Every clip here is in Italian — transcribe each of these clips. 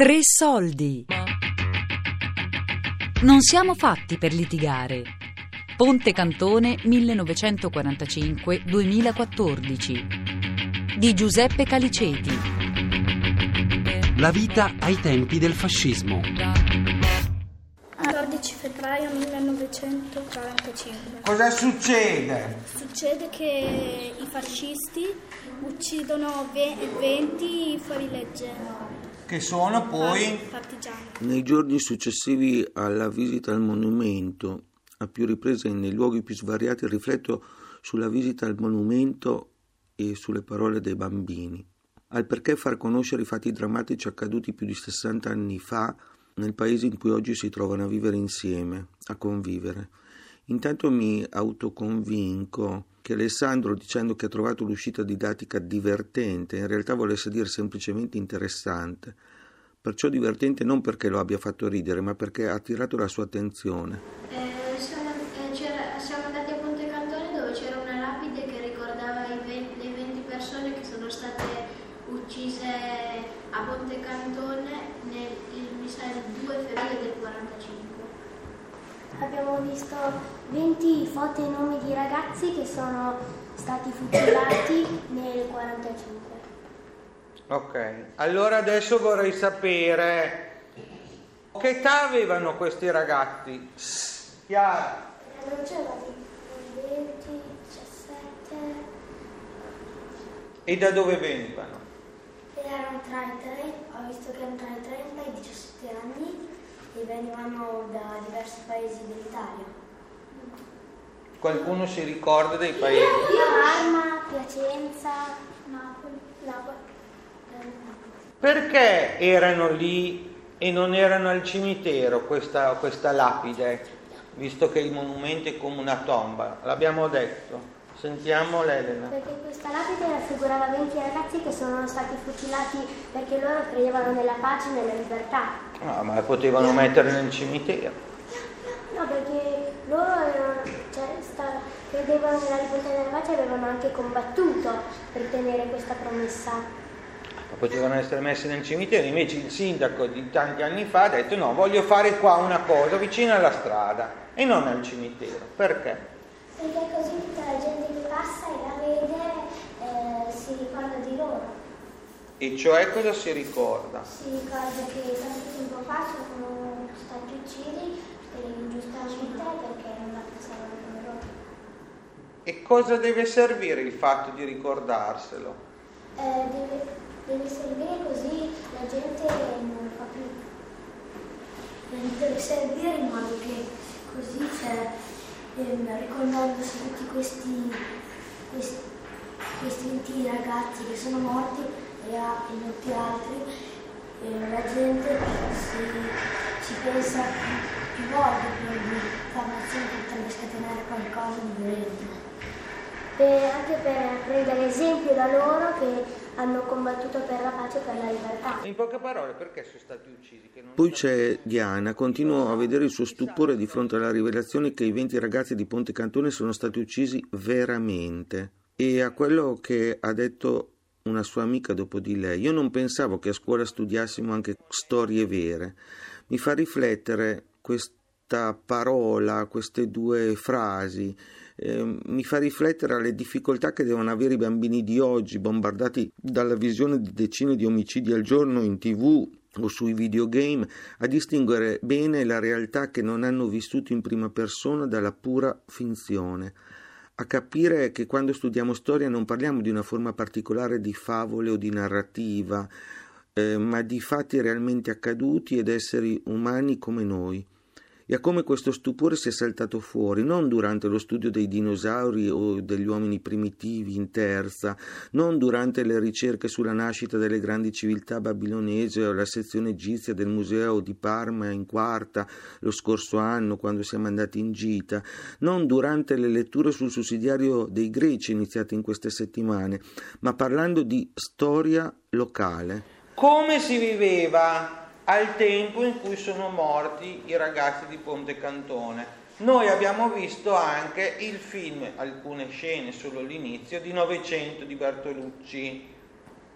Tre soldi. Non siamo fatti per litigare. Ponte Cantone 1945-2014 di Giuseppe Caliceti. La vita ai tempi del fascismo. 14 febbraio 1945. Cosa succede? Succede che i fascisti uccidono 20 fuorilegge. Che sono poi Partigiani. Nei giorni successivi alla visita al monumento, a più riprese e nei luoghi più svariati, rifletto sulla visita al monumento e sulle parole dei bambini. Al perché far conoscere i fatti drammatici accaduti più di 60 anni fa nel paese in cui oggi si trovano a vivere insieme, a convivere. Intanto mi autoconvinco che Alessandro, dicendo che ha trovato l'uscita didattica divertente, in realtà volesse dire semplicemente interessante. Perciò divertente non perché lo abbia fatto ridere, ma perché ha attirato la sua attenzione. Siamo andati a Ponte Cantone, dove c'era una lapide che ricordava le 20 persone che sono state uccise a Ponte Cantone mi sa il 2 febbraio del 45. Abbiamo visto 20 foto e nomi di ragazzi che sono stati fucilati nel 45. Ok, allora adesso vorrei sapere che età avevano questi ragazzi? Chiara? Non c'erano 20, 17. E da dove venivano? Erano tra i 30, ho visto che erano tra i 30 e i 17 anni e venivano da diversi paesi dell'Italia. Qualcuno si ricorda dei paesi? Parma, Piacenza, Napoli. Perché erano lì e non erano al cimitero questa lapide, visto che il monumento è come una tomba? L'abbiamo detto. Sentiamo l'Elena. Perché questa lapide raffigurava 20 ragazzi che sono stati fucilati perché loro credevano nella pace e nella libertà. No, ma la potevano mettere nel cimitero. No, perché loro credevano nella libertà e nella pace e avevano anche combattuto per tenere questa promessa. Potevano essere messi nel cimitero, invece il sindaco di tanti anni fa ha detto no, voglio fare qua una cosa vicino alla strada e non al cimitero. Perché? Perché così tutta la gente che passa e la vede si ricorda di loro. E cioè cosa si ricorda? Si ricorda che tanto tempo fa sono stati uccisi ingiustamente perché non la pensavano come loro. E cosa deve servire il fatto di ricordarselo? Deve servire così la gente non fa più. Deve servire in modo che così ricordandosi tutti questi 20 ragazzi che sono morti e molti altri, la gente ci pensa più volte prima di fare un'azione che potrebbe scatenare qualcosa di violento. Anche per prendere esempio da loro che hanno combattuto per la pace e per la libertà. In poche parole, perché sono stati uccisi? Poi c'è Diana, continuo a vedere il suo stupore di fronte alla rivelazione che i 20 ragazzi di Ponte Cantone sono stati uccisi veramente. E a quello che ha detto una sua amica dopo di lei: io non pensavo che a scuola studiassimo anche storie vere. Mi fa riflettere questa parola, queste due frasi. Mi fa riflettere alle difficoltà che devono avere i bambini di oggi, bombardati dalla visione di decine di omicidi al giorno in TV o sui videogame, a distinguere bene la realtà che non hanno vissuto in prima persona dalla pura finzione, a capire che quando studiamo storia non parliamo di una forma particolare di favole o di narrativa, ma di fatti realmente accaduti ed esseri umani come noi. E a come questo stupore sia saltato fuori, non durante lo studio dei dinosauri o degli uomini primitivi in terza, non durante le ricerche sulla nascita delle grandi civiltà babilonesi o la sezione egizia del museo di Parma in quarta lo scorso anno quando siamo andati in gita, non durante le letture sul sussidiario dei greci iniziate in queste settimane, ma parlando di storia locale. Come si viveva al tempo in cui sono morti i ragazzi di Ponte Cantone? Noi abbiamo visto anche il film, alcune scene, solo l'inizio, di Novecento di Bertolucci.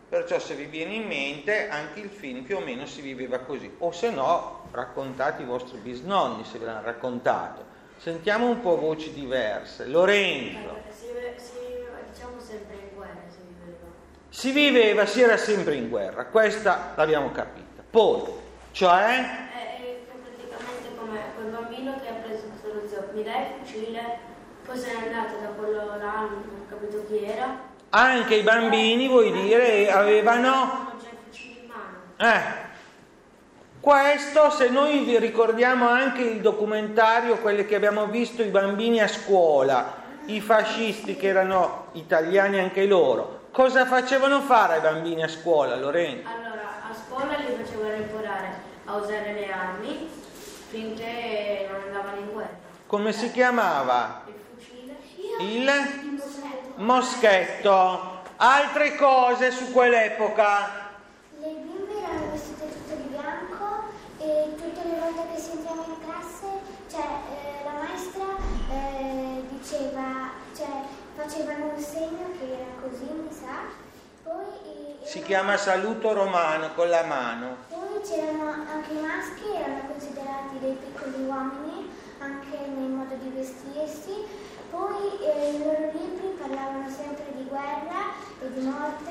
Perciò se vi viene in mente anche il film più o meno si viveva così, o se no raccontate i vostri bisnonni se ve l'hanno raccontato. Sentiamo un po' voci diverse. Lorenzo. Diciamo sempre in guerra Si era sempre in guerra, questa l'abbiamo capita. Poi, cioè... praticamente come quel bambino che ha preso questo zio, mi dai il fucile, poi se n'è andato da quello là, non ho capito chi era. Anche i bambini, vuoi dire, avevano... già il fucile in mano. Questo, se noi vi ricordiamo anche il documentario, quelli che abbiamo visto, i bambini a scuola, i fascisti che erano italiani anche loro, cosa facevano fare ai bambini a scuola, Lorenzo? Allora, a scuola li facevano imparare a usare le armi finché non andavano in guerra. Come si chiamava? Il fucile? Il moschetto. Altre cose su quell'epoca? Le bimbe erano vestite tutte di bianco e tutte le volte che si entrava in classe, la maestra diceva, facevano un segno che era così, mi sa. Poi Si chiama saluto romano con la mano. Poi c'erano anche i maschi, erano considerati dei piccoli uomini anche nel modo di vestirsi. Poi i loro libri parlavano sempre di guerra e di morte.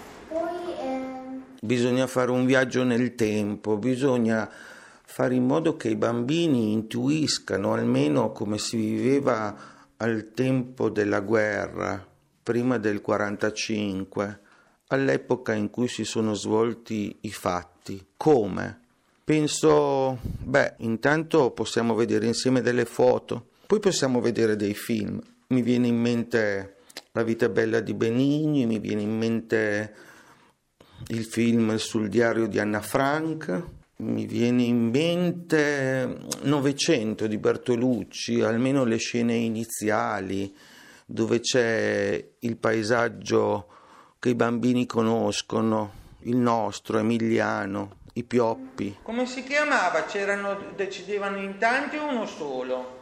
Poi Bisogna fare un viaggio nel tempo, bisogna fare in modo che i bambini intuiscano almeno come si viveva al tempo della guerra, prima del 45, all'epoca in cui si sono svolti i fatti. Come? Penso, intanto possiamo vedere insieme delle foto, poi possiamo vedere dei film. Mi viene in mente La vita è bella di Benigni, mi viene in mente il film sul diario di Anna Frank, mi viene in mente Novecento di Bertolucci, almeno le scene iniziali dove c'è il paesaggio che i bambini conoscono, il nostro, Emiliano, i pioppi. Come si chiamava? Decidevano in tanti o uno solo?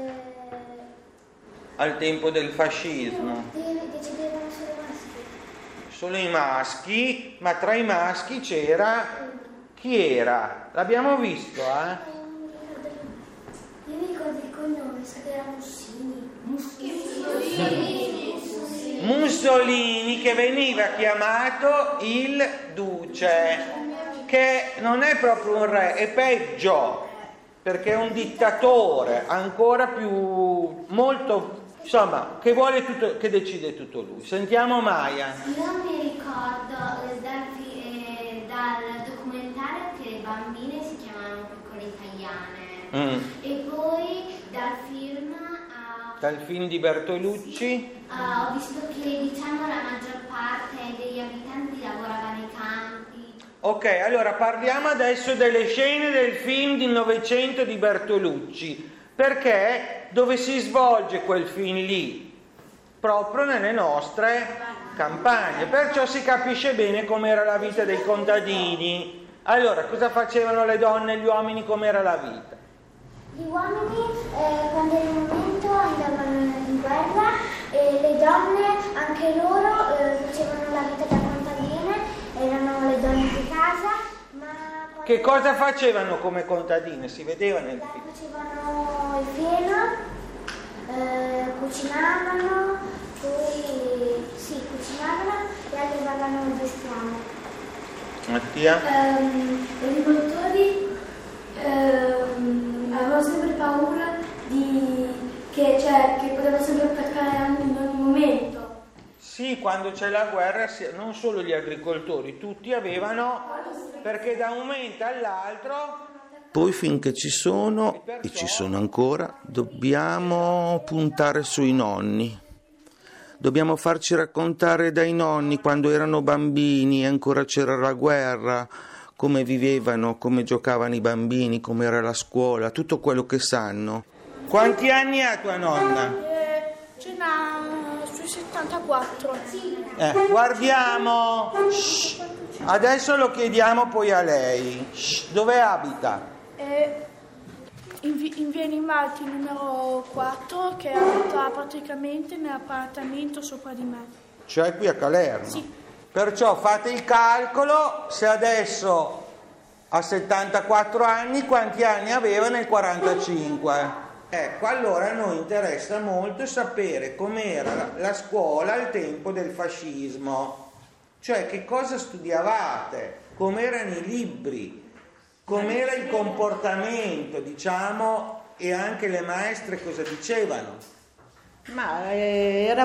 Al tempo del fascismo. decidevano solo i maschi. Solo i maschi, ma tra i maschi c'era... Chi era? L'abbiamo visto, Io mi ricordo il cognome, sa che era Mussolini, che veniva chiamato il duce, che non è proprio un re, è peggio, perché è un dittatore, ancora più, molto, insomma, che vuole tutto, che decide tutto lui. Sentiamo Maya. Io mi ricordo dal documentario che le bambine si chiamavano piccole italiane e poi dal film di Bertolucci ho visto che la maggior parte degli abitanti lavorava nei campi. Ok, allora parliamo adesso delle scene del film di Novecento di Bertolucci, perché dove si svolge quel film lì? Proprio nelle nostre campagne, perciò si capisce bene com'era la vita dei contadini. Allora, cosa facevano le donne e gli uomini, com'era la vita? Gli uomini quando era il momento andavano in guerra e le donne anche loro facevano la vita da contadine, erano le donne di casa, ma che cosa facevano come contadine? Si vedeva nel film. Facevano il fieno, cucinavano, poi cucinavano e allevavano il bestiame. Mattia? Gli agricoltori avevano sempre paura che poteva sempre attaccare in ogni momento. Sì, quando c'è la guerra, non solo gli agricoltori, tutti avevano, perché da un momento all'altro... Poi finché ci sono, e ci sono ancora, dobbiamo puntare sui nonni. Dobbiamo farci raccontare dai nonni quando erano bambini e ancora c'era la guerra, come vivevano, come giocavano i bambini, come era la scuola, tutto quello che sanno. Quanti anni ha tua nonna? Ce n'ha sui 74. Guardiamo. Shh. Adesso lo chiediamo poi a lei. Shh. Dove abita? In via Animati numero 4, che abita praticamente nell'appartamento sopra di me. Cioè qui a Calerno? Sì. Perciò fate il calcolo, se adesso ha 74 anni, quanti anni aveva nel 45? Ecco, allora a noi interessa molto sapere com'era la scuola al tempo del fascismo, cioè che cosa studiavate, com'erano i libri, com'era il comportamento, diciamo, e anche le maestre cosa dicevano. Ma era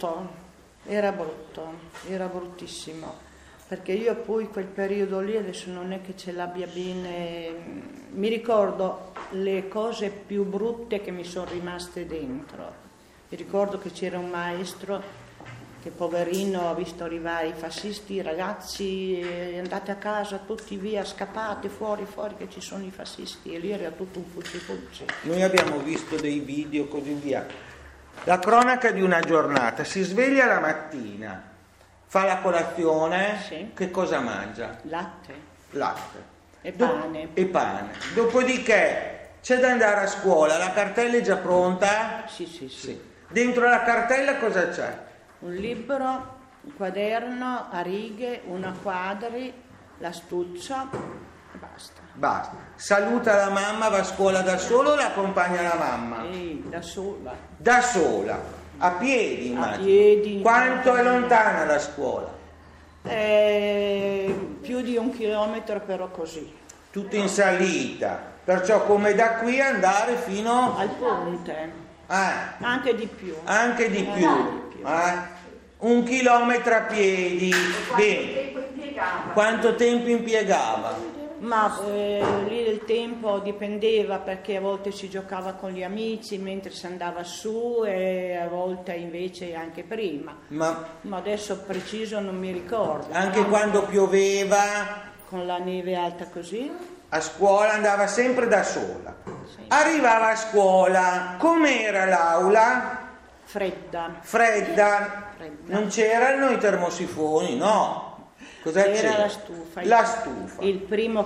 bruttissimo. Perché io poi quel periodo lì adesso non è che ce l'abbia bene, mi ricordo le cose più brutte che mi sono rimaste dentro. Mi ricordo che c'era un maestro che poverino ha visto arrivare i fascisti, ragazzi andate a casa tutti via, scappate fuori che ci sono i fascisti, e lì era tutto un fuci. Noi abbiamo visto dei video così via. La cronaca di una giornata, si sveglia la mattina, fa la colazione, sì. Che cosa mangia? Latte e pane. Dopodiché c'è da andare a scuola, la cartella è già pronta? Sì. Dentro la cartella cosa c'è? Un libro, un quaderno a righe, una quadri, l'astuccio e basta. Saluta la mamma, va a scuola da solo o la accompagna la mamma? Da sola. A piedi, immagino. A piedi. Quanto è lontana la scuola? Più di 1 chilometro, però così. Tutto in salita. Perciò come da qui andare fino al ponte. Anche di più. 1 chilometro a piedi. Bene. Quanto tempo impiegava? Ma lì il tempo dipendeva, perché a volte si giocava con gli amici mentre si andava su, e a volte invece anche prima. Ma adesso preciso non mi ricordo. Anche quando pioveva? Con la neve alta così? A scuola andava sempre da sola. Sì. Arrivava a scuola, com'era l'aula? Fredda. Non c'erano i termosifoni, no? Cosa c'era? La stufa. Il primo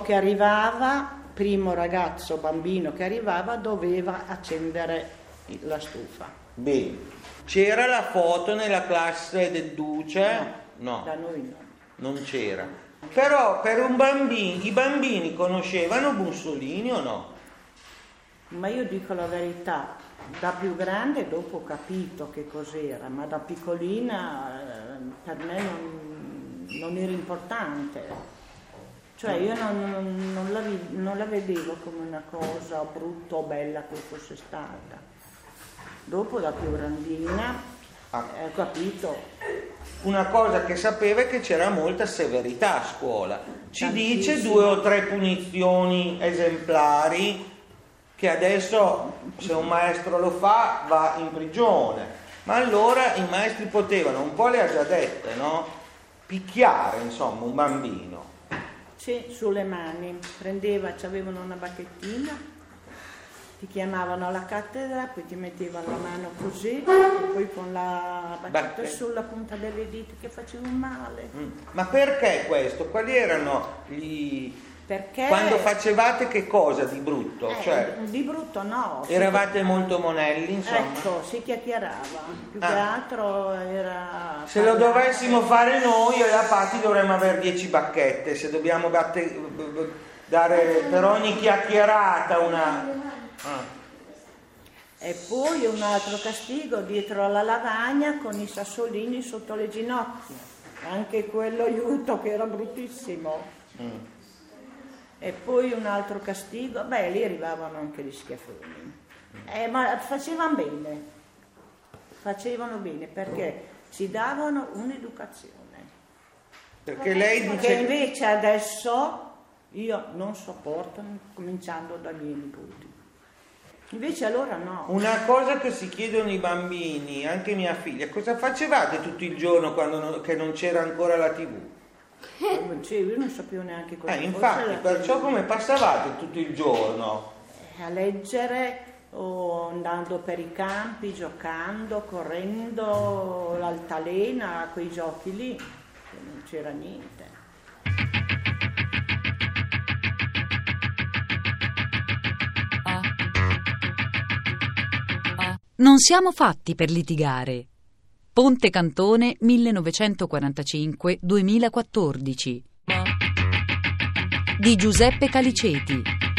ragazzo, bambino che arrivava, doveva accendere la stufa. Bene. C'era la foto nella classe del Duce? No. Da noi no. Non c'era. Però per i bambini conoscevano Mussolini o no? Ma io dico la verità, da più grande dopo ho capito che cos'era, ma da piccolina per me non era importante, cioè io non la vedevo come una cosa brutta o bella che fosse stata. Dopo, da più grandina, ho capito. Una cosa che sapeva è che c'era molta severità a scuola. Ci dice 2 o 3 punizioni esemplari che adesso, se un maestro lo fa, va in prigione. Ma allora i maestri potevano, un po' le ha già dette, no? Picchiare, insomma, un bambino. Sì, sulle mani. C'avevano una bacchettina, ti chiamavano alla cattedra, poi ti mettevano la mano così, e poi con la bacchetta sulla punta delle dita, che faceva male. Ma perché questo? Quali erano gli... Perché... Quando facevate che cosa di brutto? Di brutto no. Eravate molto monelli, insomma. Ecco, si chiacchierava. Più che altro era... Se lo dovessimo fare noi, a Patti dovremmo avere 10 bacchette. Se dobbiamo dare per ogni chiacchierata una... E poi un altro castigo dietro alla lavagna con i sassolini sotto le ginocchia. Anche quello aiuto, che era bruttissimo. E poi un altro castigo, lì arrivavano anche gli schiaffoni, ma facevano bene perché ci davano un'educazione, perché lei dice che invece adesso io non sopporto, cominciando dai miei nipoti. Invece allora no. Una cosa che si chiedono i bambini, anche mia figlia: cosa facevate tutto il giorno che non c'era ancora la TV? Io non sapevo neanche cosa fosse. Infatti, perciò come passavate tutto il giorno? A leggere, o andando per i campi, giocando, correndo, l'altalena, quei giochi lì, che non c'era niente. Non siamo fatti per litigare. Ponte Cantone 1945-2014 di Giuseppe Caliceti,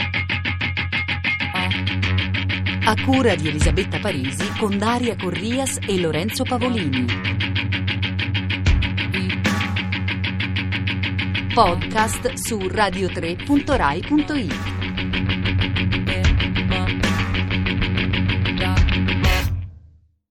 a cura di Elisabetta Parisi con Daria Corrias e Lorenzo Pavolini. Podcast su radio3.rai.it.